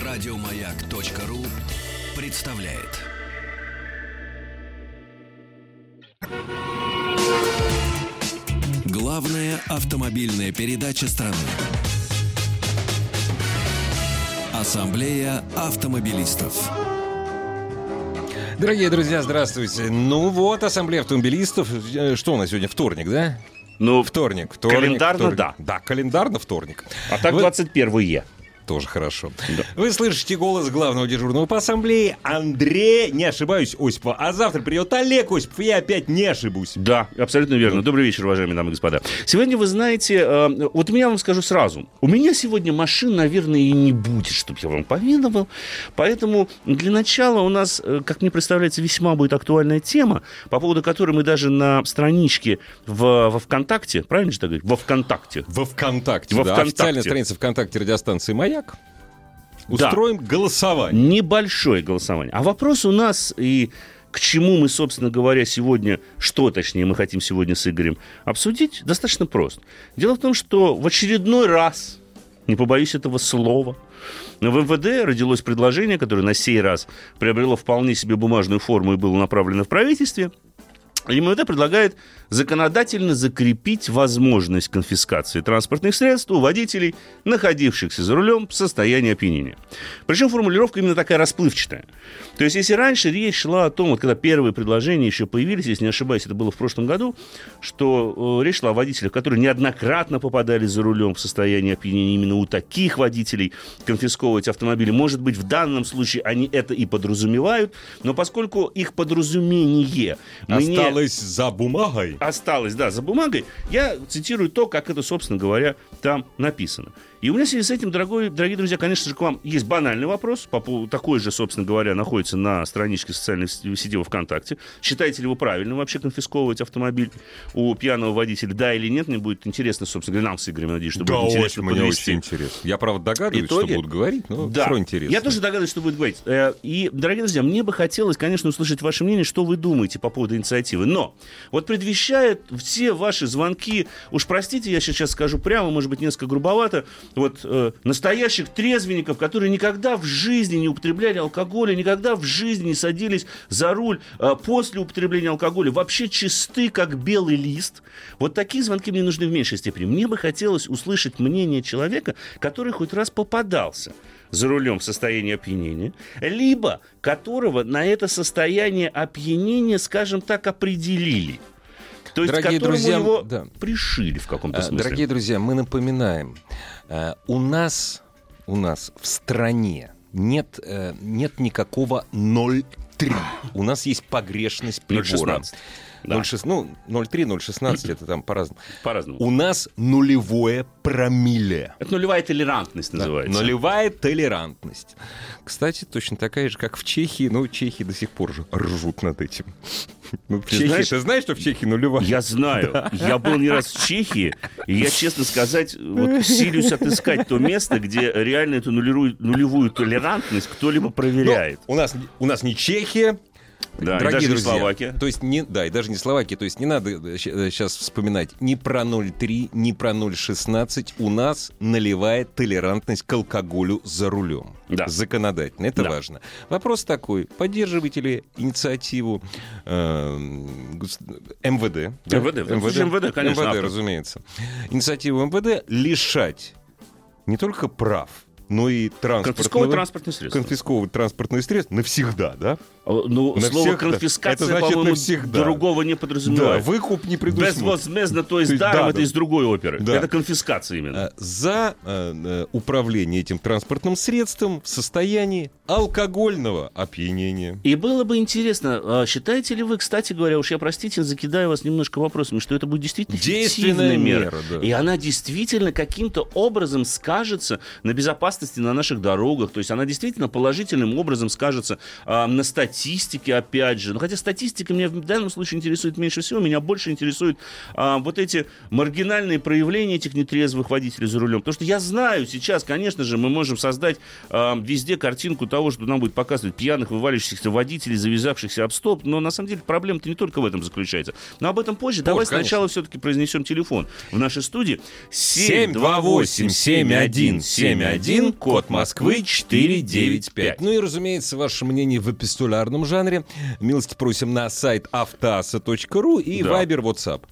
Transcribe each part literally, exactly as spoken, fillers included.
Радиомаяк.ру представляет. Главная автомобильная передача страны. Ассамблея автомобилистов. Дорогие друзья, здравствуйте. Ну вот, Ассамблея автомобилистов. Что у нас сегодня? Вторник, да? Ну, вторник. вторник календарно, вторник. да. Да, календарно вторник. А так Вы... двадцать первое. Тоже хорошо. Да. Вы слышите голос главного дежурного по ассамблее Андрея, не ошибаюсь, Осипова. А завтра придет Олег Осипов, и я опять не ошибусь. Да, абсолютно верно. Добрый вечер, уважаемые дамы и господа. Сегодня, вы знаете, э, вот у меня вам скажу сразу. У меня сегодня машин, наверное, и не будет, чтобы я вам поведал. Поэтому для начала у нас, э, как мне представляется, весьма будет актуальная тема, по поводу которой мы даже на страничке в, во ВКонтакте, правильно же так говорить? Во ВКонтакте. Во ВКонтакте, Во да. ВКонтакте. Официальная страница ВКонтакте радиостанции «Маяк». Устроим да. голосование. Небольшое голосование. А вопрос у нас, и к чему мы, собственно говоря, сегодня, что, точнее, мы хотим сегодня с Игорем обсудить, достаточно прост. Дело в том, что в очередной раз, не побоюсь этого слова, в эм вэ дэ родилось предложение, которое на сей раз приобрело вполне себе бумажную форму и было направлено в правительстве. И эм вэ дэ предлагает законодательно закрепить возможность конфискации транспортных средств у водителей, находившихся за рулем в состоянии опьянения. Причем формулировка именно такая расплывчатая. То есть, если раньше речь шла о том, вот когда первые предложения еще появились, если не ошибаюсь, это было в прошлом году, что э, речь шла о водителях, которые неоднократно попадали за рулем в состоянии опьянения, именно у таких водителей конфисковывать автомобили. Может быть, в данном случае они это и подразумевают, но поскольку их подразумение... Осталось не... за бумагой. Осталось, да, за бумагой. Я цитирую то, как это, собственно говоря, там написано. И у меня в связи с этим, дорогой, дорогие друзья, конечно же, к вам есть банальный вопрос. По поводу, такой же, собственно говоря, находится на страничке социальных сетей во ВКонтакте. Считаете ли вы правильным вообще конфисковывать автомобиль у пьяного водителя? Да или нет? Мне будет интересно, собственно говоря, нам с Игорем, надеюсь, что да, будет интересно очень, подвести. Мне очень интересно. Я, правда, догадываюсь, Итоги. что будут говорить, но да. все равно интересно. Я тоже догадываюсь, что будет говорить. И, дорогие друзья, мне бы хотелось, конечно, услышать ваше мнение, что вы думаете по поводу инициативы. Но вот предвещает все ваши звонки, уж простите, я сейчас скажу прямо, может быть, несколько грубовато, вот э, настоящих трезвенников, которые никогда в жизни не употребляли алкоголя, никогда в жизни не садились за руль э, после употребления алкоголя, вообще чисты, как белый лист. Вот такие звонки мне нужны в меньшей степени. Мне бы хотелось услышать мнение человека, который хоть раз попадался за рулем в состоянии опьянения, либо которого на это состояние опьянения, скажем так, определили. То есть, дорогие которому друзья, его да. пришили в каком-то смысле. Дорогие друзья, мы напоминаем, у нас, у нас в стране нет, нет никакого ноль три. У нас есть погрешность прибора. ноль шестнадцать. Да. ноль шесть, ну, ноль три, ноль шестнадцать, это там по-разному. По-разному. У нас нулевое промилле. Это нулевая толерантность называется. Да, нулевая толерантность. Кстати, точно такая же, как в Чехии. Ну, чехи до сих пор же ржут над этим. Ну, в Чехии, знаешь, ты знаешь, что в Чехии нулевая? Я знаю. Да. Я был не раз в Чехии, и я, честно сказать, вот силюсь отыскать то место, где реально эту нулевую, нулевую толерантность кто-либо проверяет. Ну, у нас, у нас не Чехия. Да, дорогие и даже друзья, не Словакия. То есть не, да, и даже не Словакия. То есть не надо сейчас вспоминать ни про ноль три, ни про ноль шестнадцать. У нас нулевая толерантность к алкоголю за рулем. Да. Законодательно. Это да. важно. Вопрос такой. Поддерживаете ли инициативу э, эм вэ дэ? Да? эм вэ дэ, эм вэ дэ, эм вэ дэ, конечно. эм вэ дэ, разумеется. Инициативу эм вэ дэ лишать не только прав, но и конфисковывать транспортные средства. Конфисковывать транспортные средства навсегда, да? Ну, навсегда. Слово конфискация, значит, по-моему, навсегда. Другого не подразумевает. Да, выкуп не предусмотрен. Безвозмездно, то есть даром, да, это да. из другой оперы. Да. Это конфискация именно. За э, управление этим транспортным средством в состоянии алкогольного опьянения. И было бы интересно, считаете ли вы, кстати говоря, уж я, простите, закидаю вас немножко вопросами, что это будет действительно действенная мера, мера, да. И она действительно каким-то образом скажется на безопасности на наших дорогах, то есть она действительно положительным образом скажется э, на статистике, статистики, опять же. Но хотя статистика меня в данном случае интересует меньше всего, меня больше интересуют а, вот эти маргинальные проявления этих нетрезвых водителей за рулем. Потому что я знаю, сейчас, конечно же, мы можем создать а, везде картинку того, что нам будет показывать пьяных, вываливающихся водителей, завязавшихся об стоп, но на самом деле проблема-то не только в этом заключается. Но об этом позже. позже. Давай конечно. Сначала все-таки произнесем телефон в нашей студии. семь два восемь семь один семь один, код Москвы четыреста девяносто пять. Ну и, разумеется, ваше мнение в эпистолярном жанре. Милости просим на сайт автоаса точка ру и да. Viber, WhatsApp.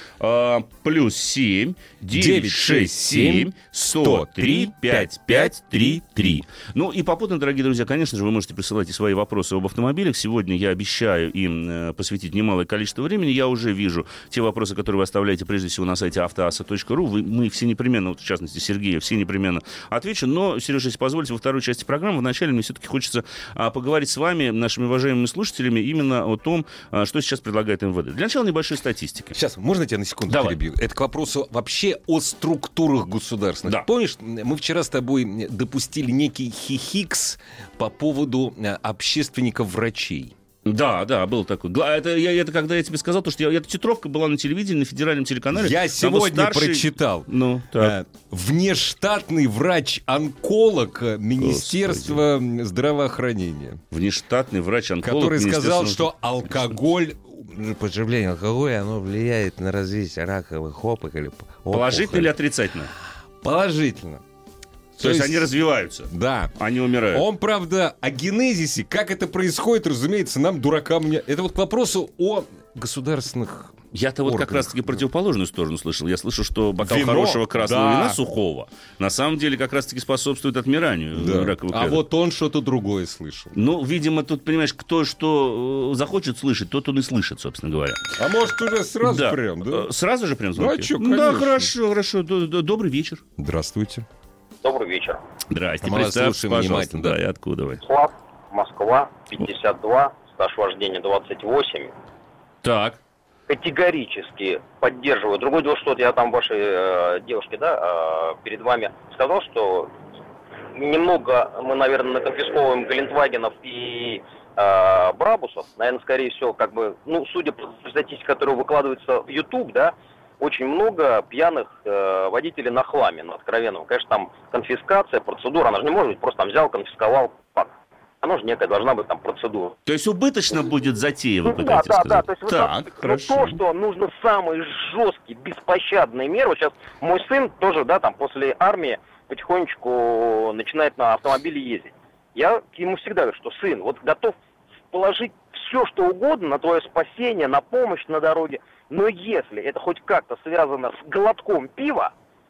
А, плюс семь девятьсот шестьдесят семь сто три пятьдесят пять тридцать три. Ну и попутно, дорогие друзья, конечно же, вы можете присылать и свои вопросы об автомобилях. Сегодня я обещаю им э, посвятить немалое количество времени. Я уже вижу те вопросы, которые вы оставляете прежде всего на сайте автоаса точка ру. Вы, мы все непременно, вот, в частности, Сергея, все непременно отвечу. Но, Сережа, если позволите, во второй части программы, вначале мне все-таки хочется а, поговорить с вами, нашими уважаемыми слушателями, именно о том, а, что сейчас предлагает эм вэ дэ. Для начала небольшой статистики. Сейчас, можно тебя на секунду Давай. перебью? Это к вопросу вообще о структурах государственных. Да. Помнишь, мы вчера с тобой допустили некий хихикс по поводу общественников-врачей. Да, да, был такой. Это, я, это когда я тебе сказал, то, что я, эта титровка была на телевидении, на федеральном телеканале. Я сегодня старший... прочитал. Ну, так. Внештатный врач-онколог Министерства Господи. здравоохранения. Внештатный врач-онколог. Который сказал, что алкоголь... Употребление алкоголя, оно влияет на развитие раковых опухолей. Положительно или отрицательно? Положительно. То, То есть, есть они развиваются? Да. Они умирают? Он, правда, о генезисе, как это происходит, разумеется, нам, дуракам, не... Это вот к вопросу о государственных Я-то вот органах. Как раз-таки противоположную сторону слышал. Я слышал, что бокал Вино? хорошего красного Да. вина, сухого, на самом деле как раз-таки способствует отмиранию Да. раковых А клеток. вот он что-то другое слышал. Ну, видимо, тут, понимаешь, кто что э, захочет слышать, тот он и слышит, собственно говоря. А может, уже сразу да. прям, да? Сразу же прям звонки? Ну, а чё, да, конечно. хорошо, хорошо. Добрый вечер. Здравствуйте. Добрый вечер. Здрасте, Мы вас представьтесь, слушаем пожалуйста. внимательно. Да, и откуда вы? Слав, Москва, пятьдесят два, стаж вождения двадцать восемь. Так. Категорически поддерживаю. Другое дело, что вот я там вашей э, девушке, да, э, перед вами сказал, что немного мы, наверное, наконфисковываем Гелендвагенов и э, Брабусов. Наверное, скорее всего, как бы, ну, судя по статистике, которая выкладывается в YouTube, да, очень много пьяных э, водителей на хламе, ну, откровенно. Конечно, там конфискация, процедура, она же не может быть, просто там взял, конфисковал, пак. Она же некая должна быть там процедура. То есть убыточно будет затея, вы ну, пытаетесь да, сказать? да, да. То есть так, вот, хорошо. то, что нужно самые жесткие, беспощадные меры. Вот сейчас мой сын тоже, да, там после армии потихонечку начинает на автомобиле ездить. Я ему всегда говорю, что сын, вот готов положить все, что угодно на твое спасение, на помощь на дороге. Но если это хоть как-то связано с глотком пива,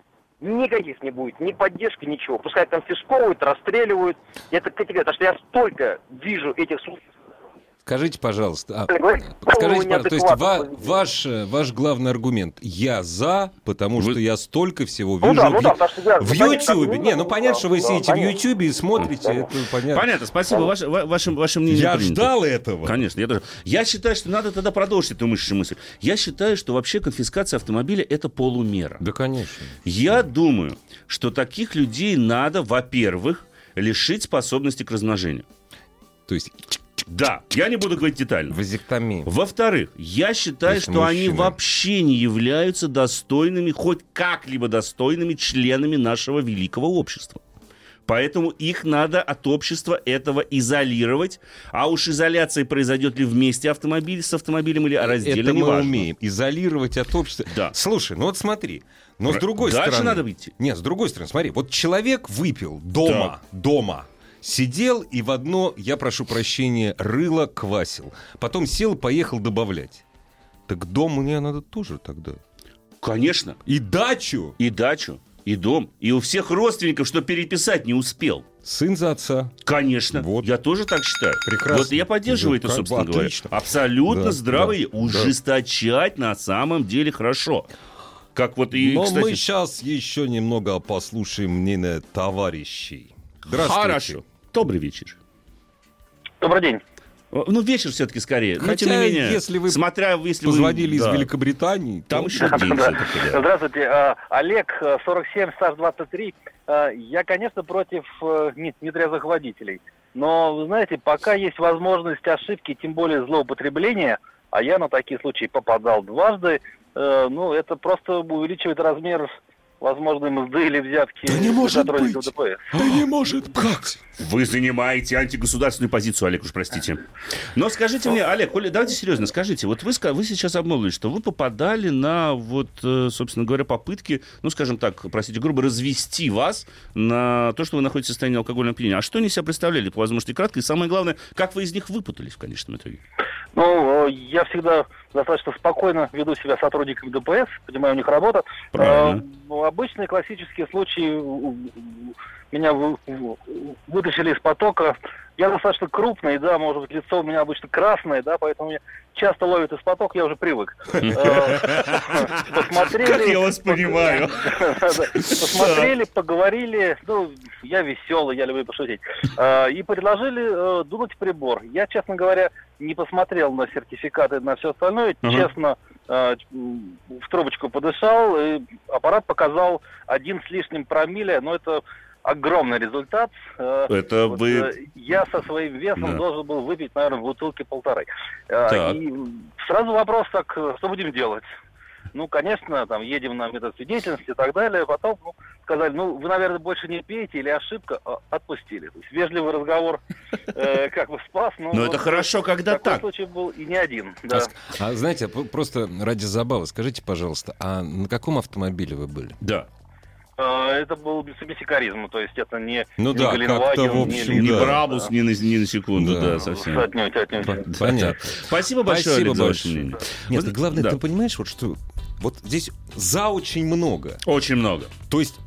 никаких не будет, ни поддержки, ничего. Пускай конфисковывают, расстреливают. Это категория, потому что я столько вижу этих случаев. Скажите, пожалуйста, а, Говорит, скажите, пожалуйста, то есть ва- поведение. ваш, ваш главный аргумент: я за, потому Вы- что я столько всего Ну вижу да, ну в, да, потому что я- в конечно, Ютьюбе. как Не, ну минимум, понятно, да, что вы да, сидите в конечно. Ютьюбе и смотрите, это понятно. Понятно, спасибо, ваше, ва- ваше, ваше мнение Я принято. ждал этого. Конечно, я тоже. Я считаю, что надо тогда продолжить эту мысль. мысль. Я считаю, что вообще конфискация автомобиля — это полумера. Да, конечно. Я думаю, что таких людей надо, во-первых, лишить способности к размножению. То есть Да, я не буду говорить детально. вазектомия. Во-вторых, я считаю, Если что они мужчина. вообще не являются достойными, хоть как-либо достойными членами нашего великого общества. Поэтому их надо от общества этого изолировать. А уж изоляция произойдет ли вместе автомобиль с автомобилем или раздельно, Это мы неважно. умеем. Изолировать от общества. Да. Слушай, ну вот смотри. Но с другой Дальше стороны... надо выйти. Нет, с другой стороны, смотри. Вот человек выпил дома, дома. Сидел и в одно, я прошу прощения, рыло квасил. Потом сел, поехал добавлять. Так дом мне надо тоже тогда. Конечно. И дачу. И дачу, и дом, и у всех родственников, что переписать не успел. Сын за отца. Конечно, Вот. я тоже так считаю. Прекрасно. Вот я поддерживаю Да, это, собственно как бы говоря. отлично. Абсолютно Да, здравый, да, ужесточать на самом деле хорошо. Как вот и, Но кстати... мы сейчас еще немного послушаем мнение товарищей. Здравствуйте. Хорошо. Добрый вечер. Добрый день. Ну, вечер все-таки скорее. Но, Хотя, тем не менее, если вы смотря, если позвонили вы, из да, Великобритании, там то- еще день Да. все-таки, да. Здравствуйте, э, Олег, сорок семь, стаж двадцать три. Э, Я, конечно, против э, не- нетрезвых водителей. Но, вы знаете, пока есть возможность ошибки, тем более злоупотребления, а я на такие случаи попадал дважды, э, ну, это просто увеличивает размер возможной мзды или взятки. Да не может сотрудников быть! ДПС. Да не может быть! Вы занимаете антигосударственную позицию, Олег, уж простите. Но скажите мне, Олег, Коля, давайте серьезно, скажите, вот вы, вы сейчас обмолвились, что вы попадали на, вот, собственно говоря, попытки, ну, скажем так, простите, грубо, развести вас на то, что вы находитесь в состоянии алкогольного опьянения. А что они себя представляли, по возможности, кратко? И самое главное, как вы из них выпутались в конечном итоге? Ну, я всегда достаточно спокойно веду себя сотрудниками ДПС, понимаю, у них работа. Правильно. А, обычные классические случаи, меня вы, вытащили из потока. Я достаточно крупный, да, может быть, лицо у меня обычно красное, да, поэтому меня часто ловят из потока, я уже привык. Посмотрели... Как я вас понимаю. Посмотрели, поговорили, ну, я веселый, я люблю пошутить, и предложили дунуть прибор. Я, честно говоря, не посмотрел на сертификаты, на все остальное, честно, в трубочку подышал, и аппарат показал один с лишним промилле, но это... огромный результат. Это вот, вы... Я со своим весом да. должен был выпить, наверное, бутылки полторы. Так. И сразу вопрос, так, что будем делать? Ну, конечно, там, едем на метод свидетельности и так далее. Потом ну, сказали, ну, вы, наверное, больше не пьете, или ошибка, отпустили. То есть вежливый разговор э, как бы спас. Но, но вот, это хорошо, когда такой так. случай был и не один. Да. А, а знаете, просто ради забавы, скажите, пожалуйста, а на каком автомобиле вы были? Да. Это был Mitsubishi Charisma, то есть это не, ну, не да, Геленваген, в общем, не, не да. Брабус, ни, на, ни на секунду, да, да совсем. Отнюдь, отнюдь. Понятно. Спасибо большое, Спасибо Олег, за ваше большое. мнение. Нет, Вот, главное, да. ты понимаешь, вот что вот здесь за очень много. Очень много. То есть,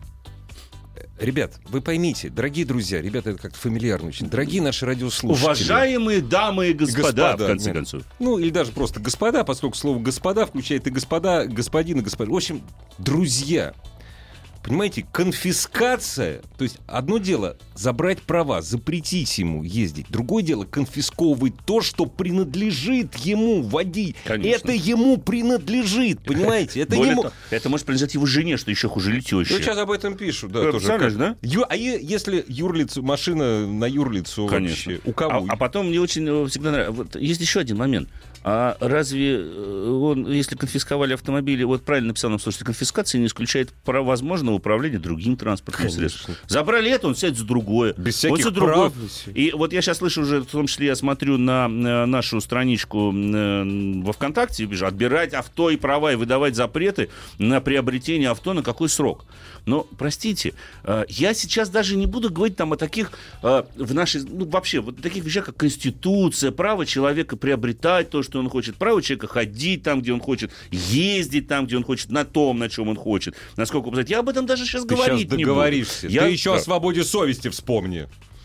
ребят, вы поймите, дорогие друзья, ребята, это как-то фамильярно очень, дорогие наши радиослушатели. Уважаемые дамы и господа, Господа, в конце нет. концов. Ну, или даже просто господа, поскольку слово «господа» включает и господа, господин и господин. В общем, друзья, понимаете, конфискация, то есть одно дело забрать права, запретить ему ездить, другое дело конфисковывать то, что принадлежит ему водить. Конечно. Это ему принадлежит, понимаете? Это Более ему... того, это может принадлежать его жене, что еще хуже, или теще. Ну, сейчас об этом пишут, да, Э, тоже. представляешь, Как- да? Ю- А е- если юрлицу, машина на юрлицу Конечно. вообще, у кого? А, а потом мне очень э, всегда нравится. Вот есть еще один момент. А разве э, он, если конфисковали автомобили, вот правильно написал нам слушатель, конфискация не исключает про возможного управления другим транспортным Конечно. средством. Забрали это, он сядет за другое. Без Он всяких за другое. прав. И вот я сейчас слышу уже, в том числе я смотрю на э, нашу страничку э, во ВКонтакте, вижу, отбирать авто и права и выдавать запреты на приобретение авто на какой срок. Но, простите, э, я сейчас даже не буду говорить там о таких э, в нашей, ну, вообще, вот таких вещах, как Конституция, право человека приобретать то, что он хочет, право человека ходить там, где он хочет, ездить там, где он хочет, на том, на чем он хочет. Насколько, знаете, я об этом даже сейчас Ты говорить сейчас не буду. договоришься. Я- Ты еще Да. о свободе совести вспомни.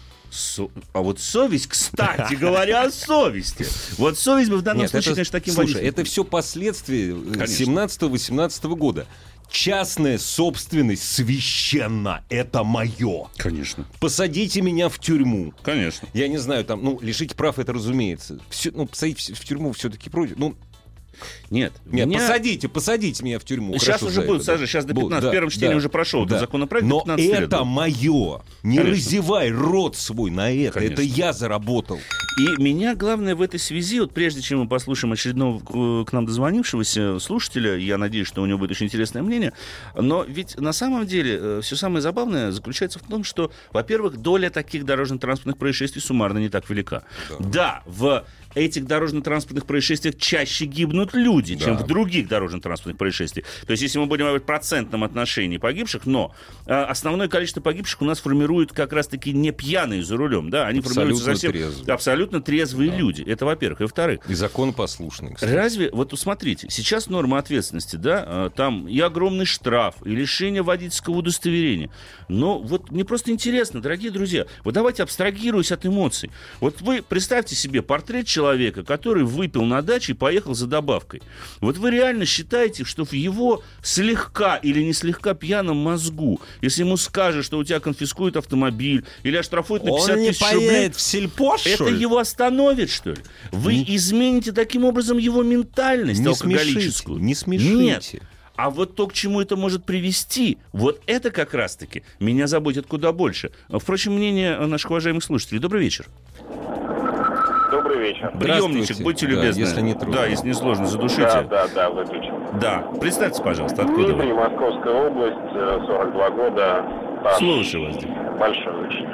Со- А вот совесть, кстати говоря, о совести. Вот совесть бы в данном Нет, случае, это, конечно, таким слушай, водителем. это все последствия Конечно. семнадцатого-восемнадцатого года. Частная собственность священна. Это мое. Конечно, Посадите меня в тюрьму. конечно. Я не знаю, там, ну, лишить прав, это разумеется. Все, ну, посадить в в тюрьму все-таки против. Ну, Нет, нет, меня- посадите, посадите меня в тюрьму. Сейчас Хорошо уже за будет, это, да. Саша, сейчас до Будут, пятнадцатого, да, в первом чтении да, уже прошел да. этот законопроект, Но до пятнадцати лет. это да. мое. Не Конечно. разевай рот свой на это. Конечно. Это я заработал. И меня главное в этой связи, вот прежде чем мы послушаем очередного к- к нам дозвонившегося слушателя, я надеюсь, что у него будет очень интересное мнение, но ведь на самом деле все самое забавное заключается в том, что, во-первых, доля таких дорожно-транспортных происшествий суммарно не так велика. Да, в этих дорожно-транспортных происшествиях чаще гибнут люди, чем Да. в других дорожно-транспортных происшествиях. То есть, если мы будем говорить в процентном отношении погибших, но э, основное количество погибших у нас формируют как раз-таки не пьяные за рулем, да, они формируются Абсолютно совсем трезвые. абсолютно трезвые люди. Это, во-первых. И, во-вторых, И законопослушный, кстати. разве, вот смотрите, сейчас норма ответственности, да, э, там и огромный штраф, и лишение водительского удостоверения. Но вот мне просто интересно, дорогие друзья, вот давайте абстрагируясь от эмоций. Вот вы представьте себе портрет человека, который выпил на даче и поехал за добавкой. Вот вы реально считаете, что в его слегка или не слегка пьяном мозгу, если ему скажут, что у тебя конфискуют автомобиль или оштрафуют на пятьдесят тысяч рублей, в сельпо, это его остановит, что ли? Вы Не- измените таким образом его ментальность Не смешите, алкоголическую? не смешите. Нет. А вот то, к чему это может привести, вот это как раз-таки меня заботит куда больше. Впрочем, мнение наших уважаемых слушателей. Добрый вечер. Добрый вечер. Приемничек, будьте да, любезны. если не трудно. Да, если не сложно, задушите. Да, да, да, выключил. Да. Представьте, пожалуйста, откуда Дмитрий, вы? Московская область, сорок два года. Стаж Слушаю вас, Дим. большой очень.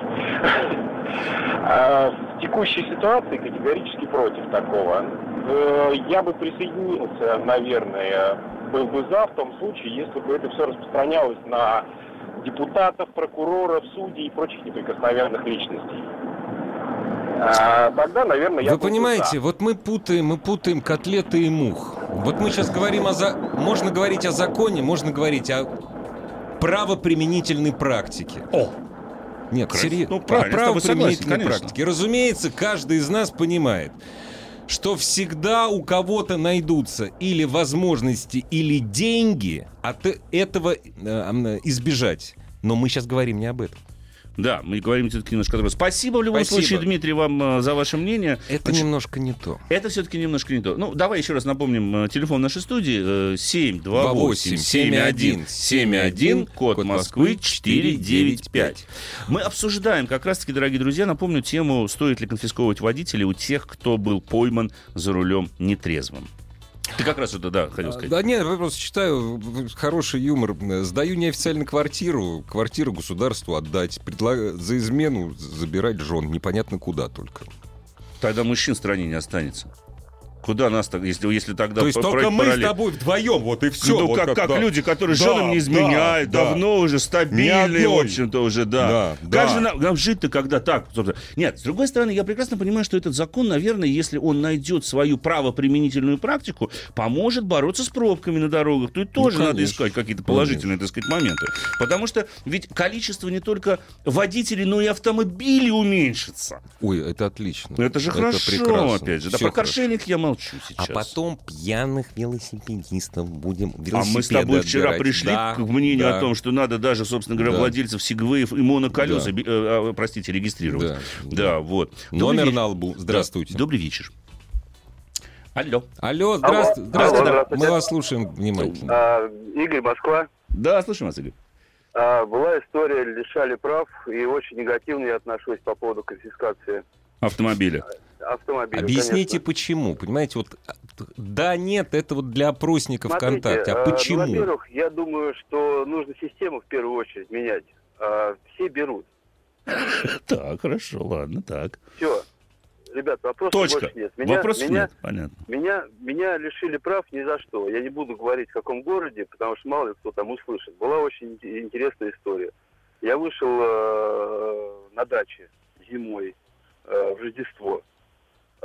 А в текущей ситуации категорически против такого. Э, Я бы присоединился, наверное, был бы за, в том случае, если бы это все распространялось на депутатов, прокуроров, судей и прочих неприкосновенных личностей. А тогда, наверное, я Вы был бы понимаете, за. вот мы путаем, мы путаем котлеты и мух. Вот мы сейчас говорим о... За... Можно говорить о законе, можно говорить о правоприменительной практике. О! Нет, Красиво. серьезно. Ну, правильно, я с тобой согласен, Правоприменительной конечно. практики. Разумеется, каждый из нас понимает, что всегда у кого-то найдутся или возможности, или деньги от этого э, избежать. Но мы сейчас говорим не об этом. Да, мы говорим все-таки немножко о другом. Спасибо в любом Спасибо. случае, Дмитрий, вам э, за ваше мнение. Это Значит, немножко не то. Это все-таки немножко не то. Ну, давай еще раз напомним э, телефон нашей студии. семь два восемь семь один семь один, код Москвы четыре девять пять. Мы обсуждаем как раз-таки, дорогие друзья, напомню тему, стоит ли конфисковывать водителей у тех, кто был пойман за рулем нетрезвым. Ты как раз это, да, хотел сказать. Да нет, я просто читаю хороший юмор. Сдаю неофициально квартиру, квартиру государству отдать, предлаг... за измену забирать жен, непонятно куда только. Тогда мужчин в стране не останется. Куда нас так, если, если тогда... То есть по- только мы параллель- с тобой вдвоем, вот и все. Ну, вот как, как да. люди, которые Да, женам не изменяют, да, давно да. уже Ни стабильные, одной. в общем-то, уже, да. Да, Как да. же нам, нам жить-то когда так? собственно? Нет, с другой стороны, я прекрасно понимаю, что этот закон, наверное, если он найдет свою правоприменительную практику, поможет бороться с пробками на дорогах. Тут тоже Ну, надо конечно. искать какие-то положительные, так сказать, моменты. Потому что ведь количество не только водителей, но и автомобилей уменьшится. Ой, это отлично. Ну, это же хорошо, прекрасно. опять же. Да, Всё про хорошо. каршеринг я молчу сейчас. А потом пьяных велосипедистов будем А велосипеды мы с тобой вчера отбирать. пришли Да, к мнению да, о том, что надо даже, собственно говоря, Да. владельцев сегвеев и моноколес, Да. оби- э, э, простите, регистрировать. Да. Да, вот. Номер Добрый вечер. на лбу. Здравствуйте. Да. Добрый вечер. Алло. Алло, здравствуйте. здравствуйте. Алло, здравствуйте. Мы вас слушаем внимательно. А, Игорь, Москва. Да, слушаем вас, Игорь. А, была история, лишали прав, и очень негативно я отношусь по поводу конфискации Автомобиля. автомобиля. Объясните, конечно. почему. Понимаете, вот да, нет, это вот для опросника Смотрите, ВКонтакте. А э, ну, почему? во-первых, я думаю, что нужно систему в первую очередь менять. А, все берут. Так, хорошо, ладно, так. Все. Ребят, вопросов Точка. больше нет. Меня, Вопросов меня, нет, понятно. Меня, меня лишили прав ни за что. Я не буду говорить, в каком городе, потому что мало ли кто там услышит. Была очень ин- интересная история. Я вышел э, на даче зимой э, в Рождество. Э,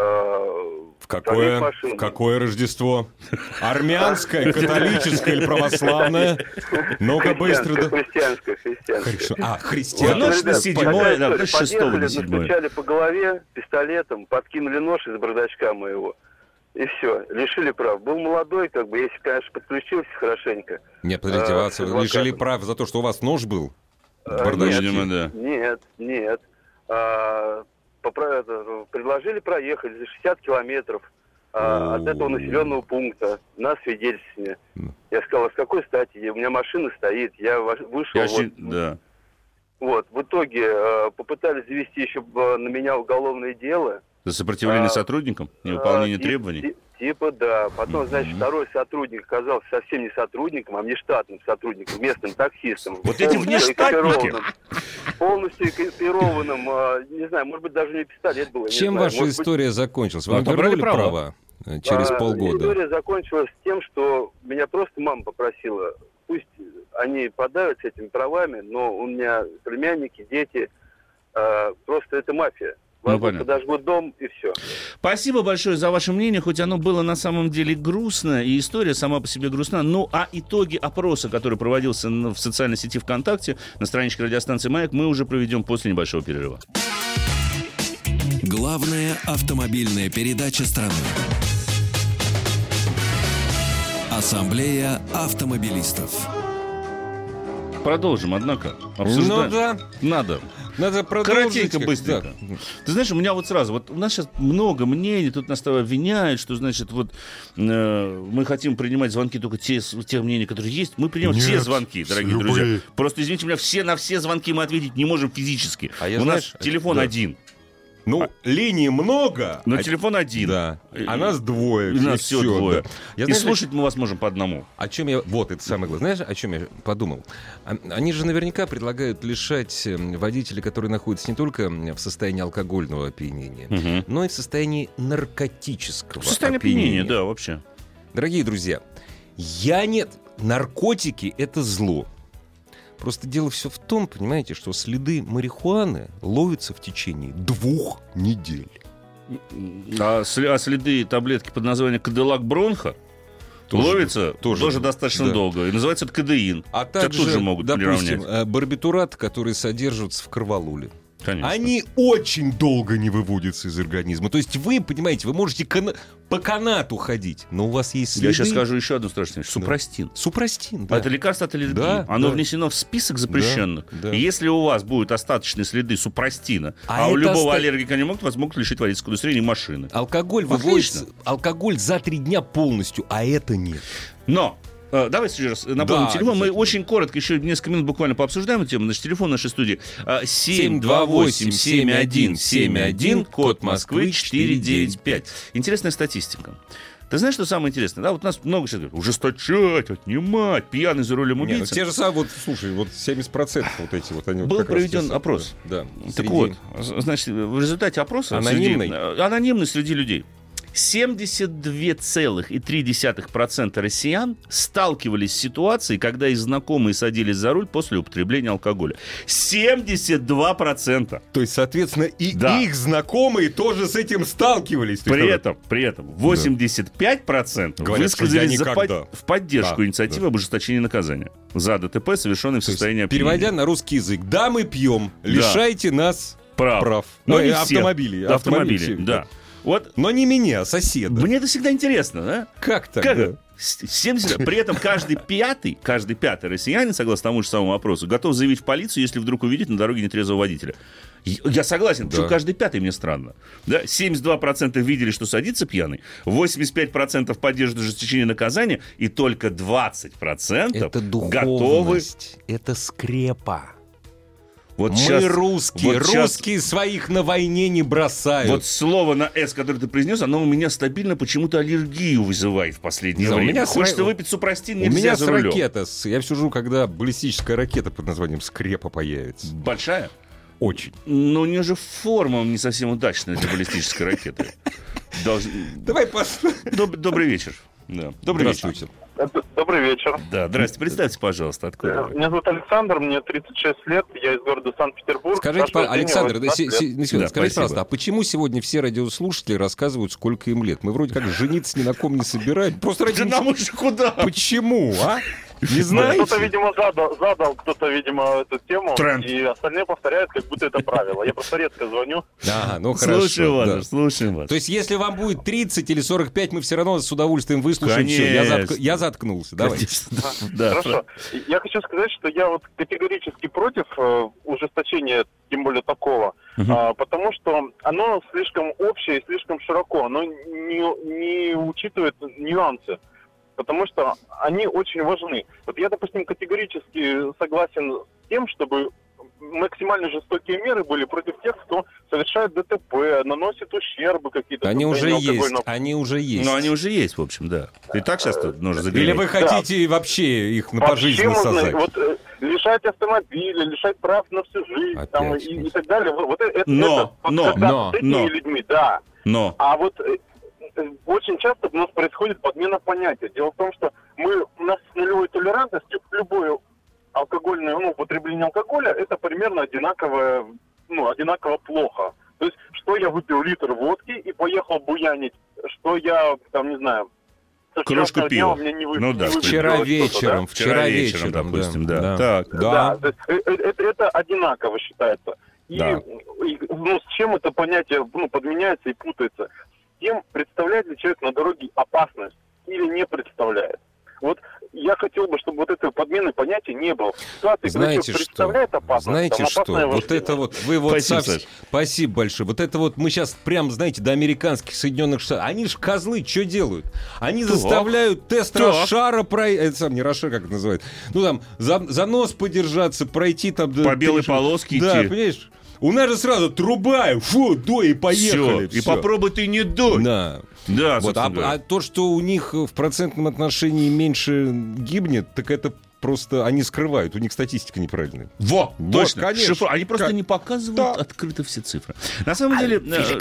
В какое, прогреть машину. в какое Рождество? Армянское, католическое или православное? Ну-ка быстро. да. Христианское, христианское. Хорошо. А, В христиан. ночь ребят, на седьмое, такая да, история. с шестого на Подъехали, седьмое. настучали по голове пистолетом, подкинули нож из бардачка моего. И все, лишили прав. Был молодой, как бы, если, конечно, подключился хорошенько. Нет, подождите, А, вас с адвокатом. лишили прав за то, что у вас нож был? В А, бардачке? Видимо, да. Нет, нет. А, попра- это, предложили проехать за шестьдесят километров а, от этого населенного пункта на свидетельствование. Ну. Я сказал, а с какой стати? У меня машина стоит, я во- вышел. Я вот, щи- да. вот. В итоге а, попытались завести еще а, на меня уголовное дело. За сопротивление А, сотрудникам, невыполнение А, тип- требований. ти- Типа, да. Потом, значит, Мгм. второй сотрудник оказался совсем не сотрудником, а внештатным сотрудником, местным таксистом. Вот эти Полностью внештатники. экипированным. Полностью экипированным, а, не знаю, может быть, даже не пистолет был. я не Чем знаю. ваша Может быть, история закончилась? Вам Вам отобрали вернули права? права э, через а, полгода? История закончилась тем, что меня просто мама попросила, пусть они подавятся этими правами, но у меня племянники, дети, а, просто это мафия. Ну, Возьмут, понятно. подожгут дом и все. Спасибо большое за ваше мнение, хоть оно было на самом деле грустно, и история сама по себе грустна, ну а итоги опроса, который проводился на- в социальной сети ВКонтакте, на страничке радиостанции «Маяк», мы уже проведем после небольшого перерыва. Главная автомобильная передача страны. Ассамблея автомобилистов. Продолжим, однако. Ну Обсуждаем. да. Надо. Надо продолжить. Коротенько, быстренько. Да. Ты знаешь, у меня вот сразу, вот у нас сейчас много мнений, тут нас обвиняют, что, значит, вот э, мы хотим принимать звонки только те, те мнения, которые есть. Мы принимаем Нет, все звонки, дорогие любые. друзья. Просто, извините меня, все, на все звонки мы ответить не можем физически. А я, у знаешь, нас телефон да. один. Ну, А... линий много. Но а... телефон один. Да. А нас двое. И нас все всё, двое. Да. Я, и знаешь, слушать мы вас можем по одному. О чем я... Вот, это самое главное. Знаешь, о чем я подумал? Они же наверняка предлагают лишать водителей, которые находятся не только в состоянии алкогольного опьянения, угу. но и в состоянии наркотического в состоянии опьянения. опьянения, да, вообще. Дорогие друзья, я нет... Наркотики — это зло. Просто дело все в том, понимаете, что следы марихуаны ловятся в течение двух недель. А, а следы таблетки под названием Кадиллак Бронхо тоже, ловятся тоже, тоже достаточно да. долго. И называется это кадеин. А также, тут же могут допустим, приравнять. барбитураты, которые содержатся в корвалоле. Конечно. Они очень долго не выводятся из организма. То есть вы, понимаете, вы можете кана- по канату ходить, но у вас есть следы... Я сейчас скажу еще одну страшную вещь. Супрастин. Да. Супрастин, да. Это лекарство от аллергии. Да, Оно да. внесено в список запрещенных. Да, да. И если у вас будут остаточные следы супрастина, а, а у любого оста... аллергика не могут, вас могут лишить водительского удостоверения и машины. Алкоголь выводится... Алкоголь за три дня полностью, а это нет. Но... Давай еще раз напомним да, телефон. Мы очень коротко, еще несколько минут буквально пообсуждаем эту тему. Значит, телефон нашей студии семь два восемь семь один семь один, код Москвы четыре девять пять. Интересная статистика. Ты знаешь, что самое интересное? Да, вот у нас много сейчас говорят, ужесточать, отнимать, пьяный за рулем убийца. Нет, те же самые, вот, слушай, вот семьдесят процентов вот эти вот они... Был вот проведен раз, опрос. Да. Так среди... вот, значит, в результате опроса... Анонимный? Среди, анонимный среди людей. семьдесят два целых три десятых процента россиян сталкивались с ситуацией, когда их знакомые садились за руль после употребления алкоголя. семьдесят два процента. То есть, соответственно, и да. их знакомые тоже с этим сталкивались. При этом, при этом восемьдесят пять процентов говорят, высказались за под... в поддержку да, инициативы да. об ужесточении наказания за ДТП, совершенное в состоянии опьянения. Переводя на русский язык, да, мы пьем, да. лишайте нас прав. прав. Но ну, не автомобили. Все. Автомобили, автомобили да. да. Вот. Но не меня, а соседа. Мне это всегда интересно, да? Как так? Как? Да? семьдесят При этом каждый пятый, каждый пятый россиянин, согласно тому же самому опросу, готов заявить в полицию, если вдруг увидит на дороге нетрезвого водителя. Я согласен, да. Почему каждый пятый мне странно. Да? семьдесят два процента видели, что садится пьяный, восемьдесят пять процентов поддерживают ужесточение наказания, и только двадцать процентов это готовы... Это скрепа. Вот Мы сейчас, русские, вот русские сейчас, своих на войне не бросают. Вот слово на «С», которое ты произнес, оно у меня стабильно почему-то аллергию вызывает в последнее да, время. У меня Хочется с... выпить супрастин, нельзя У меня за с рулем. ракета. Я все жду, когда баллистическая ракета под названием «Скрепа» появится. Большая? Очень. Но у нее же форма не совсем удачная для баллистической ракеты. Давай посмотрим. Добрый вечер. Добрый вечер. Добрый вечер. Да, здрасте. Представьте, пожалуйста, откуда вы? Меня зовут Александр, мне тридцать шесть лет, я из города Санкт-Петербург. Скажите, по... Александр, да, си- си- да, скажите, спасибо. пожалуйста, а почему сегодня все радиослушатели рассказывают, сколько им лет? Мы вроде как жениться ни на ком не собираем. Просто ради... Да нам уже куда? Почему, а? Не знаете? Кто-то, видимо, задал, задал кто-то, видимо, эту тему, Тренд. и остальные повторяют, как будто это правило. Я просто редко звоню. Да, ну хорошо. Слушаем вас, да. слушаем вас. То есть, если вам будет тридцать или сорок пять, мы все равно с удовольствием выслушаем. Все, я, затк... я заткнулся. Давай. Да, хорошо. Я хочу сказать, что я вот категорически против э, ужесточения, тем более такого, uh-huh. а, потому что оно слишком общее и слишком широко, оно не, не учитывает нюансы. Потому что они очень важны. Вот я, допустим, категорически согласен с тем, чтобы максимально жестокие меры были против тех, кто совершает ДТП, наносит ущербы какие-то. Они уже есть, они уже есть. Ну, они уже есть, в общем, да. И так сейчас тут нужно заговорить. Или вы хотите да. вообще их на пожизненно сажать? Вот, э, лишать автомобиля, лишать прав на всю жизнь там, и, и так далее. Вот это, но, это но, вот, но, с этими но. людьми, да. Но. А вот очень часто у нас происходит подмена понятия. Дело в том, что мы, у нас с нулевой толерантностью любое алкогольное, ну, употребление алкоголя, это примерно одинаково, ну, одинаково плохо. То есть, что я выпил литр водки и поехал буянить, что я, там, не знаю, кружку пива. Не вы... Ну да. Вчера вечером, да? вчера вечером, допустим, да. да. Так, да. да. Это, это, это одинаково считается. И, да. и ну, с чем это понятие ну, подменяется и путается? С тем, представляет ли человек на дороге опасность или не представляет. Вот я хотел бы, чтобы вот этой подмены понятия не было. Ситуация, знаете когда представляет что? опасность, Знаете там что? опасное Вот вождение. это вот, вы вот... Спасибо, совсем- Саш. Спасибо большое. Вот это вот мы сейчас прям, знаете, до американских Соединенных Штатов. Они ж козлы, что делают? Они Так. заставляют тест Так. Рошара пройти... Это сам не Рошар, как это называют. Ну там, за, за нос подержаться, пройти там... да, По белой ты- полоске Да, идти. понимаешь? У нас же сразу труба, фу, дуй, и поехали. Всё. И всё. попробуй ты не дуй. Да. Да, Вот, собственно а, говоря. а то, что у них в процентном отношении меньше гибнет, так это просто они скрывают. У них статистика неправильная. Во, Вот, точно. конечно. Шифр- Они просто Как- не показывают Да. открыто все цифры. На самом деле...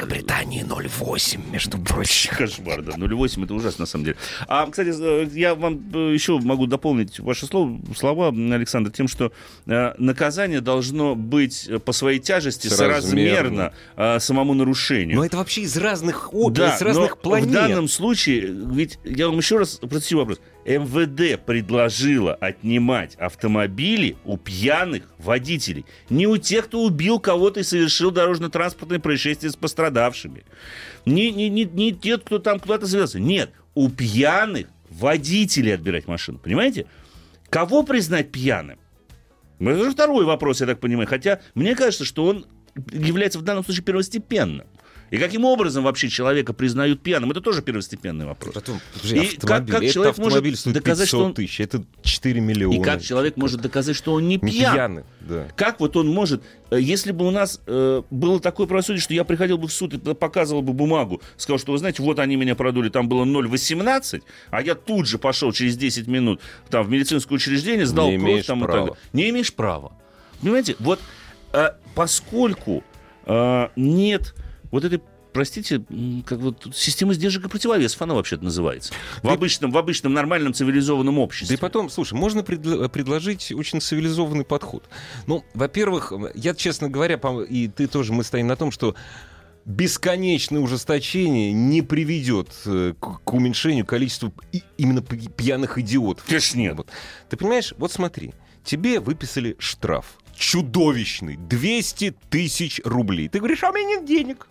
э, ноль восемь, между прочим. Кошмар, да. ноль восемь это ужасно, на самом деле. А, кстати, э, я вам э, еще могу дополнить ваши слова, слова, Александр, тем, что э, наказание должно быть э, по своей тяжести Соразмерно. соразмерно э, самому нарушению. Но это вообще из разных опер, Да, из разных но планет. в данном случае, ведь я вам еще раз процитирую вопрос. эм вэ дэ предложило отнимать автомобили у пьяных водителей. Не у тех, кто убил кого-то и совершил дорожно-транспортное происшествие с пострадавшими. Не, не, не, не те, кто там куда-то завелся. Нет, у пьяных водителей отбирать машину. Понимаете? Кого признать пьяным? Ну, это же второй вопрос, я так понимаю. Хотя мне кажется, что он является в данном случае первостепенным. И каким образом вообще человека признают пьяным? Это тоже первостепенный вопрос. Потом, подожди, И автомобиль. как- как Этот человек может автомобиль стоит доказать, что пятьсот он- тысяч, это четыре миллиона. И как человек может доказать, что он не Не пьян? пьяный, да. Как вот он может, э, если бы у нас э, было такое правосудие, что я приходил бы в суд и показывал бы бумагу, сказал, что, вы знаете, вот они меня продули, там было ноль восемнадцать, а я тут же пошел через десять минут там, в медицинское учреждение, сдал Не кровь имеешь там, и так права. далее. Не имеешь права. Понимаете, вот э, поскольку э, нет вот этой, простите, м, как вот система сдержек и противовесов, она вообще-то называется. В обычном, в обычном нормальном цивилизованном Да обществе. и потом, слушай, можно предло- предложить очень цивилизованный подход. Ну, во-первых, я, честно говоря, по- и ты тоже, мы стоим на том, что бесконечное ужесточение не приведет э, к, к уменьшению количества и- именно пи- пьяных идиотов. Конечно, нет. Вот. Ты понимаешь, вот смотри, тебе выписали штраф чудовищный, двести тысяч рублей. Ты говоришь, а у меня нет денег.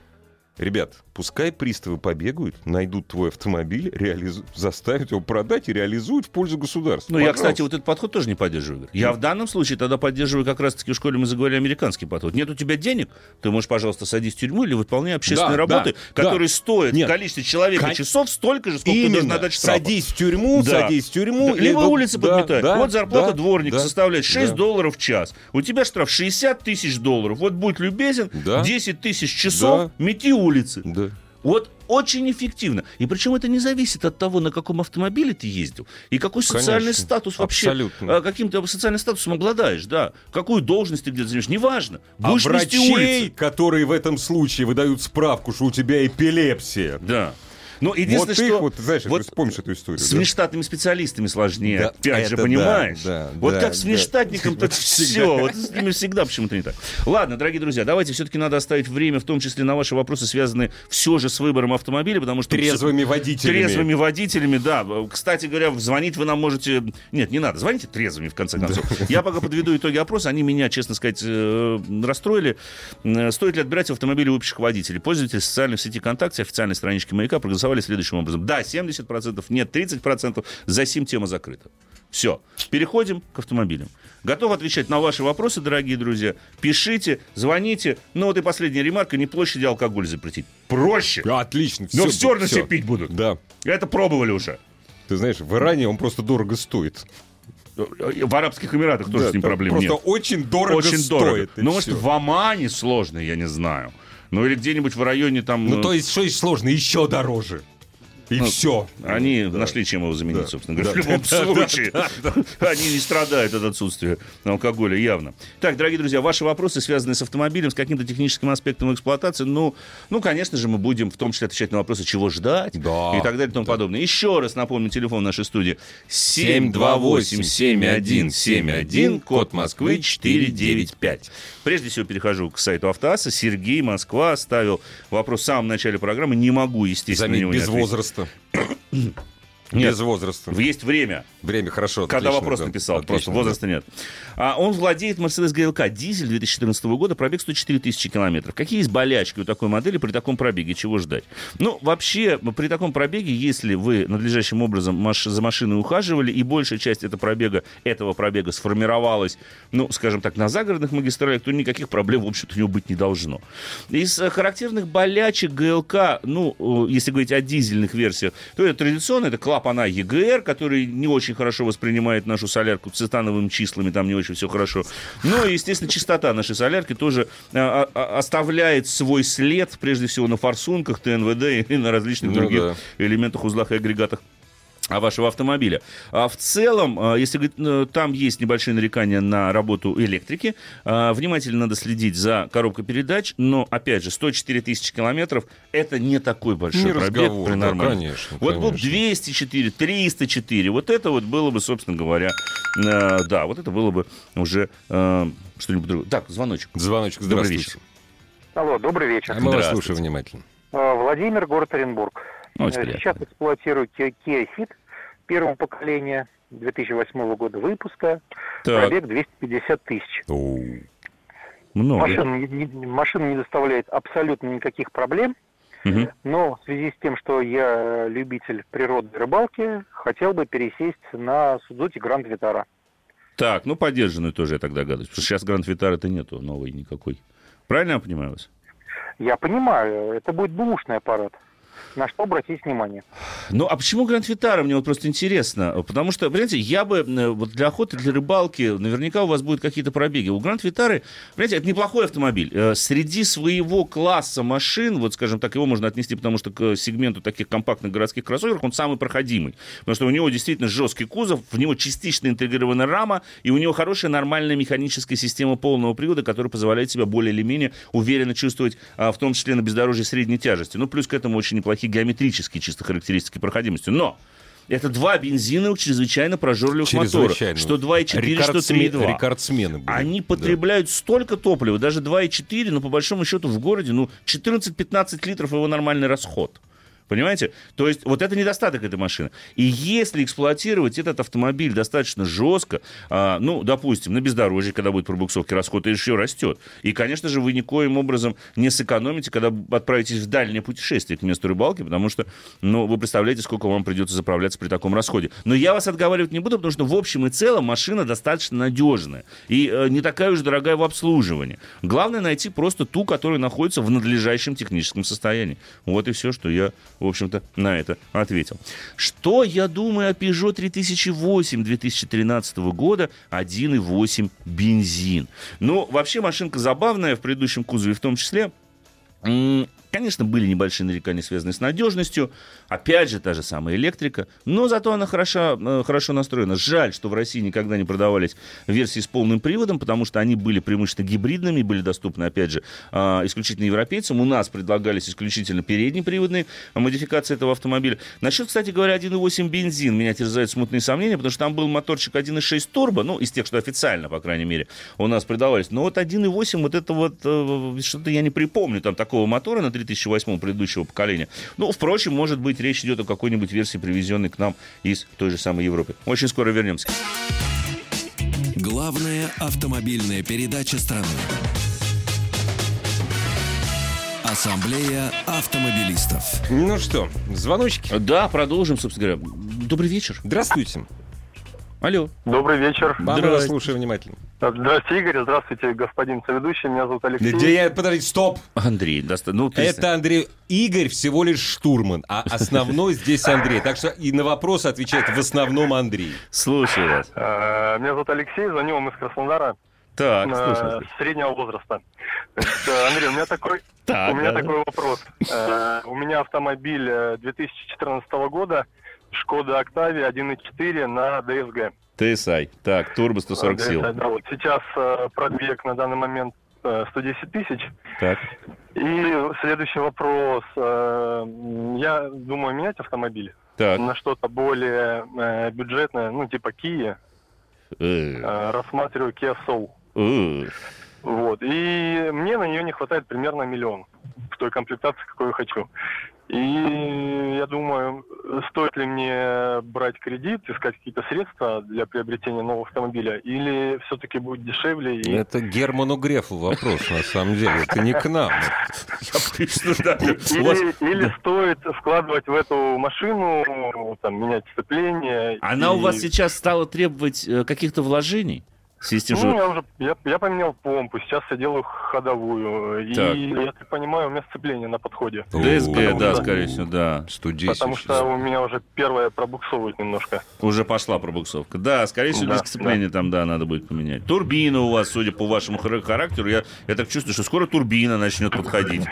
Ребят, пускай приставы побегают, найдут твой автомобиль, реализу... заставят его продать и реализуют в пользу государства. Ну, я, Пожалуйста. кстати, вот этот подход тоже не поддерживаю. Я в данном случае тогда поддерживаю как раз-таки в школе мы заговорили американский подход. Нет у тебя денег, ты можешь, пожалуйста, садись в тюрьму или выполняй общественные Да, работы, да, которые да. стоят Нет. в количестве человека Кон- часов столько же, сколько ты должен Именно. отдать штрафа. Садись в тюрьму, Да. садись в тюрьму. Да, либо вот- улицы да, подметать. да, вот зарплата да, дворника да, составляет шесть да. долларов в час. У тебя штраф шестьдесят тысяч долларов. Вот будь любезен, Да. десять тысяч часов, Да. мети улицы. Да. Вот очень эффективно. И причем это не зависит от того, на каком автомобиле ты ездил, и какой социальный Конечно. статус вообще, Абсолютно. а, каким ты социальным статусом обладаешь, да, какую должность ты где-то занимаешь, неважно. А Будешь мести врачей, улицы. которые в этом случае выдают справку, что у тебя эпилепсия. Да. Но единственное, Вот их, что вот, знаешь, вот ты вспомнишь эту историю. с да? внештатными специалистами сложнее, Да, опять же, это понимаешь? да, да, вот да, как с да. внештатником, так Всегда. все. Вот с ними всегда почему-то не так. Ладно, дорогие друзья, давайте все-таки надо оставить время, в том числе на ваши вопросы, связанные все же с выбором автомобиля, потому что... Трезвыми водителями. Трезвыми водителями, да. Кстати говоря, звонить вы нам можете... Нет, не надо, звоните трезвыми, в конце концов. Я пока подведу итоги опроса. Они меня, честно сказать, э, расстроили. Э, Стоит ли отбирать автомобили у выпивших водителей? Пользователи социальной сети ВКонтакте, официальной странички «Маяка» проголосовали следующим образом. Да, семьдесят процентов, нет, тридцать процентов. За сим тема закрыта. Все. Переходим к автомобилям. Готов отвечать на ваши вопросы, дорогие друзья. Пишите, звоните. Ну вот и последняя ремарка. Не площади алкоголь запретить. Проще. А, отлично. Но всё, все равно всё. все пить будут. Да. Это пробовали уже. Ты знаешь, в Иране он просто дорого стоит. В Арабских Эмиратах тоже Да, с ним там проблем просто нет. очень дорого Очень стоит. дорого. и Ну, всё. может, в Омане сложно, я не знаю. Ну, или где-нибудь в районе там... Ну, э, то есть, что есть сложно, еще дороже. И Ну, все. Они нашли, чем его заменить, Да. собственно говоря. Да. В любом Да, случае. да, Они не страдают от отсутствия алкоголя, явно. Так, дорогие друзья, ваши вопросы, связанные с автомобилем, с каким-то техническим аспектом эксплуатации, ну, ну, конечно же, мы будем в том числе отвечать на вопросы, чего ждать, Да. и так далее, и тому подобное. Еще раз напомню, телефон нашей студии семь два восемь семь один семь один, код Москвы четыре девять пять. Прежде всего, перехожу к сайту Автоасса. Сергей, Москва, ставил вопрос в самом начале программы. Не могу, естественно, на Заметь, него не без ответить. возраста. Нет, без возраста. Есть время. Время, хорошо. Когда отлично, вопрос да. написал, Отлично, просто возраста да. нет. А он владеет Mercedes джи эл кей дизель две тысячи четырнадцатого года, пробег сто четыре тысячи километров. Какие есть болячки у такой модели при таком пробеге? Чего ждать? Ну, вообще, при таком пробеге, если вы надлежащим образом маш- за машиной ухаживали, и большая часть этого пробега, этого пробега сформировалась, ну, скажем так, на загородных магистралях, то никаких проблем, в общем-то, у него быть не должно. Из характерных болячек джи эл кей, ну, если говорить о дизельных версиях, то это традиционно, это клапана и джи ар, который не очень хорошо воспринимает нашу солярку цитановыми числами, там не очень все хорошо. Ну и, естественно, чистота нашей солярки тоже а, а, оставляет свой след, прежде всего, на форсунках, тэ эн вэ дэ и на различных ну, других да. элементах, узлах и агрегатах вашего автомобиля. А в целом, если говорить, там есть небольшие нарекания на работу электрики, внимательно надо следить за коробкой передач, но, опять же, сто четыре тысячи километров — это не такой большой Не пробег разговор, при да, нормальном. конечно, вот был конечно. двести четыре, триста четыре, вот это вот было бы, собственно говоря, э, да, вот это было бы уже э, что-нибудь другое. Так, звоночек. Звоночек, Добрый здравствуйте. вечер. Алло, добрый вечер. А мы вас Здравствуйте. слушаем внимательно. А, Владимир, город Оренбург. Очень Э, приятно. Сейчас эксплуатирую Kia Kia Ceed первого поколения, две тысячи восьмого года выпуска. Так, Пробег двести пятьдесят тысяч. много. Машина не, не- машина не доставляет абсолютно никаких проблем, Мгм. но в связи с тем, что я любитель природы и рыбалки, хотел бы пересесть на Suzuki Grand Vitara. Так, ну поддержанную тоже, я так догадываюсь, потому что сейчас Гранд Витара-то нету новой никакой. Правильно я понимаю вас? Я понимаю, это будет бэушный аппарат. На что обратить внимание? Ну, а почему Гранд Витара? Мне вот просто интересно. Потому что, понимаете, я бы э, вот для охоты, для рыбалки, наверняка у вас будут какие-то пробеги. У Гранд Витары, понимаете, это неплохой автомобиль. Э, Среди своего класса машин, вот, скажем так, его можно отнести, потому что к сегменту таких компактных городских кроссоверов он самый проходимый. Потому что у него действительно жесткий кузов, в него частично интегрирована рама, и у него хорошая нормальная механическая система полного привода, которая позволяет себя более или менее уверенно чувствовать, а, в том числе на бездорожье средней тяжести. Ну, плюс к этому очень неплохие геометрические чисто характеристики проходимости. Но это два бензиновых чрезвычайно прожорливых мотора. Чрезвычайно. Что два и четыре, что Рекордсмен- три и два. Рекордсмены были. Они Да. потребляют столько топлива, даже два и четыре, но по большому счету в городе, ну, четырнадцать-пятнадцать литров его нормальный расход. Понимаете? То есть вот это недостаток этой машины. И если эксплуатировать этот автомобиль достаточно жестко, а, ну, допустим, на бездорожье, когда будет пробуксовки, расход еще растет. И, конечно же, вы никоим образом не сэкономите, когда отправитесь в дальнее путешествие к месту рыбалки, потому что, ну, вы представляете, сколько вам придется заправляться при таком расходе. Но я вас отговаривать не буду, потому что в общем и целом машина достаточно надежная и э, не такая уж дорогая в обслуживании. Главное найти просто ту, которая находится в надлежащем техническом состоянии. Вот и все, что я, в общем-то, на это ответил. Что я думаю о Peugeot три тысячи восемь две тысячи тринадцатого года, один и восемь бензин? Ну, вообще машинка забавная, в предыдущем кузове в том числе. М- Конечно, были небольшие нарекания, связанные с надежностью. Опять же, та же самая электрика. Но зато она хорошо, э, хорошо настроена. Жаль, что в России никогда не продавались версии с полным приводом, потому что они были преимущественно гибридными, были доступны, опять же, э, исключительно европейцам. У нас предлагались исключительно переднеприводные модификации этого автомобиля. Насчет, кстати говоря, один и восемь бензин меня терзают смутные сомнения, потому что там был моторчик один и шесть турбо, ну, из тех, что официально, по крайней мере, у нас продавались. Но вот один и восемь, вот это вот, э, что-то я не припомню там такого мотора на три тысячи восьмом предыдущего поколения. Ну, впрочем, может быть, речь идет о какой-нибудь версии, привезенной к нам из той же самой Европы. Очень скоро вернемся. Главная автомобильная передача страны. Ассамблея автомобилистов. Ну что, звоночки? Да, продолжим, собственно говоря. Добрый вечер. Здравствуйте. Алло. Добрый вечер. Мы вас Здравствуйте. слушаем внимательно. Здравствуйте, Игорь. Здравствуйте, господин соведущий. Меня зовут Алексей. Да я, подождите, стоп! Андрей, доста... ну, ты... Это Андрей. Игорь всего лишь штурман, а основной здесь Андрей. Так что и на вопросы отвечает в основном Андрей. Слушаю вас. Э, Меня зовут Алексей, звоню вам из Краснодара. Так, э, слушаю. Среднего возраста. Значит, э, Андрей, у меня такой, Так, у меня да. такой вопрос. Э, У меня автомобиль э, две тысячи четырнадцатого года, Шкода Октавия один и четыре на ди эс джи. ти эс ай. Так, турбо сто сорок Э, сил. Да, вот сейчас э, пробег на данный момент э, сто десять тысяч. Так. И следующий вопрос. Э, Я думаю менять автомобиль Так. на что-то более э, бюджетное, ну типа Kia. Э, Э, Рассматриваю Kia Soul. э. Вот. И мне на нее не хватает примерно миллион в той комплектации, какую я хочу. И я думаю, стоит ли мне брать кредит, искать какие-то средства для приобретения нового автомобиля, или все-таки будет дешевле? И... Это Герману Грефу вопрос, на самом деле. Это не к нам. Или стоит вкладывать в эту машину, там, менять сцепление. Она у вас сейчас стала требовать каких-то вложений? Систем, ну, я уже я, я поменял помпу, сейчас я делаю ходовую. Так. И, я так понимаю, у меня сцепление на подходе. ДСГ, да, скорее всего, да. сто десять. Потому что у меня уже первая пробуксовывает немножко. Уже пошла пробуксовка. Да, скорее всего, да, диск сцепления да. там, да, надо будет поменять. Турбина у вас, судя по вашему характеру, я, я так чувствую, что скоро турбина начнет подходить.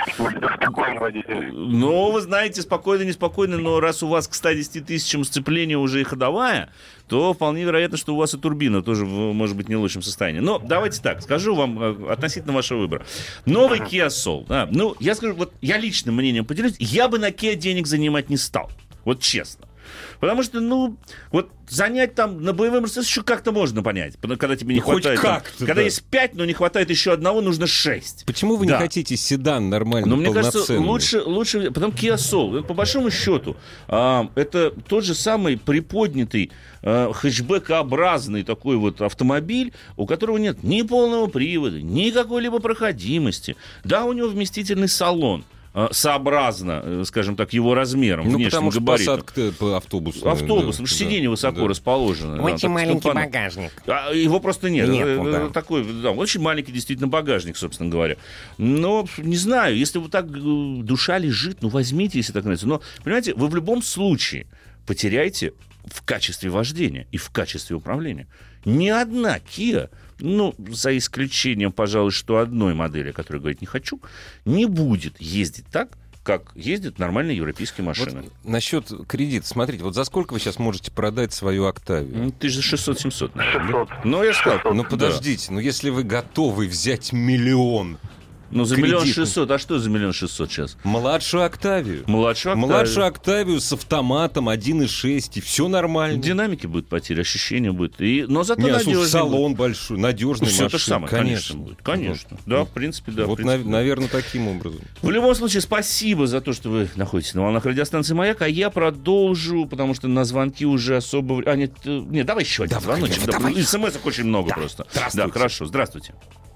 Ну, вы знаете, спокойно, неспокойно, но раз у вас к ста десяти тысячам сцепления уже и ходовая, то вполне вероятно, что у вас и турбина тоже может быть не в лучшем состоянии. Но давайте так, скажу вам относительно вашего выбора. Новый Kia Soul. А, ну, я скажу, вот я личным мнением поделюсь, я бы на Kia денег занимать не стал. Вот честно. Потому что, ну, вот занять там на боевом Мерседесе еще как-то можно понять, когда тебе не ну, хватает. Там, когда да. есть пять, но не хватает еще одного, нужно шесть. Почему вы да. не хотите седан нормальный, но мне полноценный? кажется, лучше, лучше... Потом Kia Soul. По большому счету, а, это тот же самый приподнятый, а, хэтчбекообразный такой вот автомобиль, у которого нет ни полного привода, ни какой-либо проходимости. Да, у него вместительный салон. Сообразно, скажем так, его размером, ну, внешним габаритом. Посадка по автобусу. Автобус, да, сиденье да, высоко да. расположено. Очень да, маленький так, багажник. А, его просто нет. нет да. Да. Такой, да, очень маленький действительно багажник, собственно говоря. Но, не знаю, если вот так душа лежит, ну, возьмите, если так нравится. Но, понимаете, вы в любом случае потеряете в качестве вождения и в качестве управления. Ни одна Kia, ну, за исключением, пожалуй, что одной модели, которую говорить не хочу, не будет ездить так, как ездят нормальные европейские машины. Вот насчет кредита. Смотрите, вот за сколько вы сейчас можете продать свою Октавию? Ну, ты же шестьсот-семьсот, наверное. Ну, я же сказал. Ну, подождите, да. ну, если вы готовы взять миллион... Ну, за миллион шестьсот. А что за миллион шестьсот сейчас? Младшую Октавию. Младшую Октавию. Младшую Октавию с автоматом один и шесть, и все нормально. Динамики будет потеря, ощущения будет. И... Но зато не, надежный. Салон большой, надежный все машина. Это самое, конечно. Конечно, будет. конечно. Вот. Да, в принципе, да. Вот, в принципе, наверное, да. таким образом. В любом случае, спасибо за то, что вы находитесь на волнах радиостанции «Маяк», а я продолжу, потому что на звонки уже особо... А, нет, нет давай еще один давай, звоночек. Да, давай. СМС-ок очень много да. просто. Да, хорошо. Здравствуйте.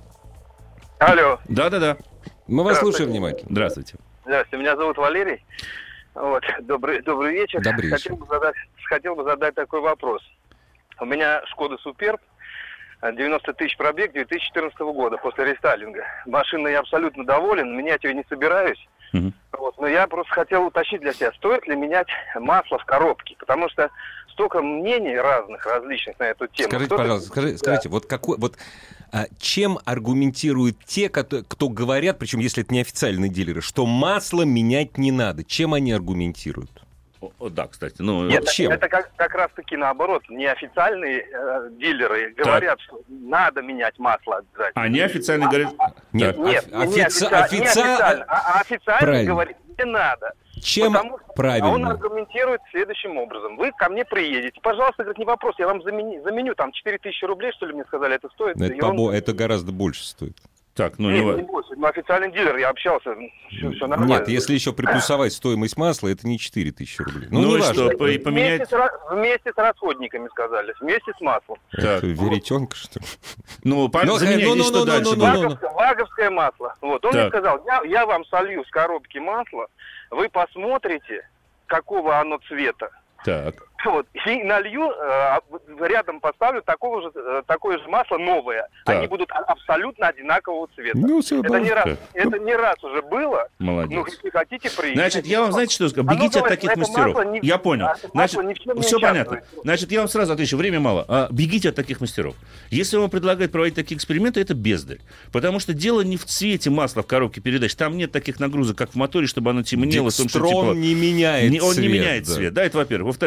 Алло. Да-да-да. Мы вас слушаем внимательно. Здравствуйте. Здравствуйте, меня зовут Валерий. Вот. Добрый, добрый вечер. Добрый вечер. Хотел бы задать, хотел бы задать такой вопрос. У меня Шкода Суперб, девяносто тысяч пробег две тысячи четырнадцатого года после рестайлинга. Машиной я абсолютно доволен, менять ее не собираюсь. Uh-huh. Вот. Но я просто хотел уточнить для себя, стоит ли менять масло в коробке, потому что столько мнений разных, различных на эту тему. Скажите, Кто-то... пожалуйста, скажи, да. скажите, вот какой, вот а, чем аргументируют те, кто, кто говорят, причем если это не официальные дилеры, что масло менять не надо? Чем они аргументируют? О, да, кстати, ну Нет, чем? Это как, как раз-таки наоборот. Неофициальные э, дилеры говорят, так. что надо менять масло обязательно. А неофициальные говорят... Нет, нет, офи- не офици... офици... неофициально, а официально говорит, не надо. Чем Потому что правильно? Он аргументирует следующим образом. Вы ко мне приедете, пожалуйста, говорит, не вопрос, я вам заменю, заменю там четыре тысячи рублей, что ли, мне сказали, это стоит. Это, побо... он... это гораздо больше стоит. Так, ну, Нет, не... не больше. Ну, официальный дилер, я общался, все, все нормально. Нет, если еще приплюсовать стоимость масла, это не четыре тысячи рублей. Ну, ну не и важно. что, поменять... Вместе с, вместе с расходниками сказали, вместе с маслом. Так. Это веретенка, что ли? Ну, ну, заменяй, ну, и ну, что ну, дальше? Ну, ну, Ваговское, ваговское масло. Вот. Он так. мне сказал, я, я вам солью с коробки масла, вы посмотрите, какого оно цвета. Так. Вот. И налью, э, рядом поставлю такого же, э, такое же масло новое. Так. Они будут абсолютно одинакового цвета. Ну, это, не раз, это не раз уже было. Молодец. Ну, если хотите, приедете. Значит, я вам, знаете, что скажу? Бегите от таких мастеров. Не, я понял. Значит, все понятно. Значит, я вам сразу отвечу, время мало. А, бегите от таких мастеров. Если вам предлагают проводить такие эксперименты, это бездарь. Потому что дело не в цвете масла в коробке передач. Там нет таких нагрузок, как в моторе, чтобы оно темнело. Декстрон не меняет не, Он цвет. не меняет да. цвет. Да, это во-первых. Во-вторых, все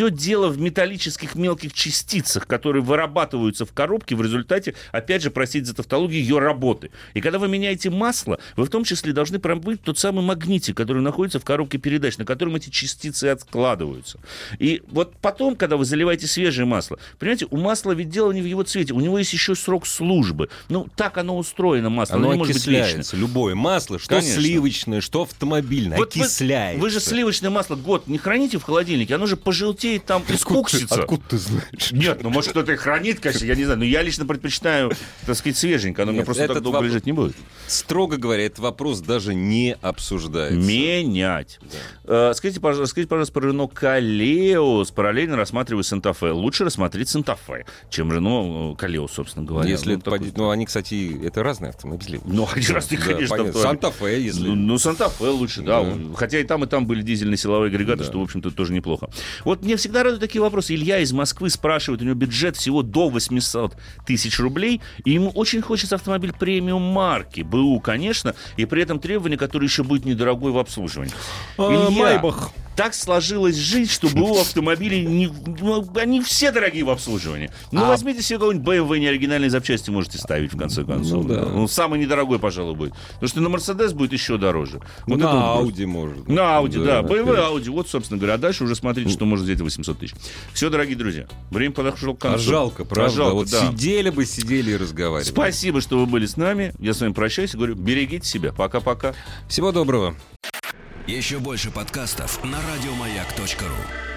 все дело в металлических мелких частицах, которые вырабатываются в коробке в результате, опять же, простите за тавтологию, ее работы. И когда вы меняете масло, вы в том числе должны пробыть тот самый магнитик, который находится в коробке передач, на котором эти частицы откладываются. И вот потом, когда вы заливаете свежее масло, понимаете, у масла ведь дело не в его цвете, у него есть еще срок службы. Ну, так оно устроено, масло. Оно не может быть вечно. окисляется. Любое масло, что Конечно. сливочное, что автомобильное, Вот окисляется. Вы, вы же сливочное масло год не храните в холодильнике, оно же пожелтеет там, искуксится. Откуда ты знаешь? Нет, ну может кто-то и хранит, конечно, я не знаю, но я лично предпочитаю, так сказать, свеженько, оно у меня Нет, просто так этот долго вопрос- лежать не будет. Строго говоря, этот вопрос даже не обсуждается. Менять. Э, Скажите, пожалуйста, скажите, пожалуйста, про Рено Калеос. Параллельно рассматриваю Санта-Фе. Лучше рассмотреть Санта-Фе, чем Рено Калеос, собственно говоря. Если Ну, это такой- поди- ну, они, кстати, это разные автомобили. Ну, один раз ты, Да, конечно, понятно. автомобиль. Санта-Фе, если... Ну, ну, Санта-Фе лучше, да. Да. Хотя и там, и там были дизельные силовые агрегаты, Да. что, в общем-то, тоже неплохо. Вот мне всегда радуют такие вопросы. Илья из Москвы спрашивает, у него бюджет всего до восемьсот тысяч рублей, и ему очень хочется автомобиль премиум марки, БУ, конечно, и при этом требование, которое еще будет недорогой в обслуживании. А, Илья, Майбах. так сложилась жизнь, что БУ автомобилей, не, ну, они все дорогие в обслуживании. Ну, А- возьмите себе какой-нибудь бэ эм вэ, неоригинальные запчасти можете ставить, в конце концов. Ну, да. Ну, самый недорогой, пожалуй, будет. Потому что на Мерседес будет еще дороже. Вот на это вот просто. Ауди может. На Ауди, да. бэ эм вэ, опять. Ауди. Вот, собственно говоря. А дальше уже смотрите, что может взять восемьсот тысяч. Все, дорогие друзья. Время подошло к А концу. жалко, правда. А жалко, вот да. сидели бы, сидели и разговаривали. Спасибо, что вы были с нами. Я с вами прощаюсь и говорю, берегите себя. Пока-пока. Всего доброго. Еще больше подкастов на радиомаяк точка ру.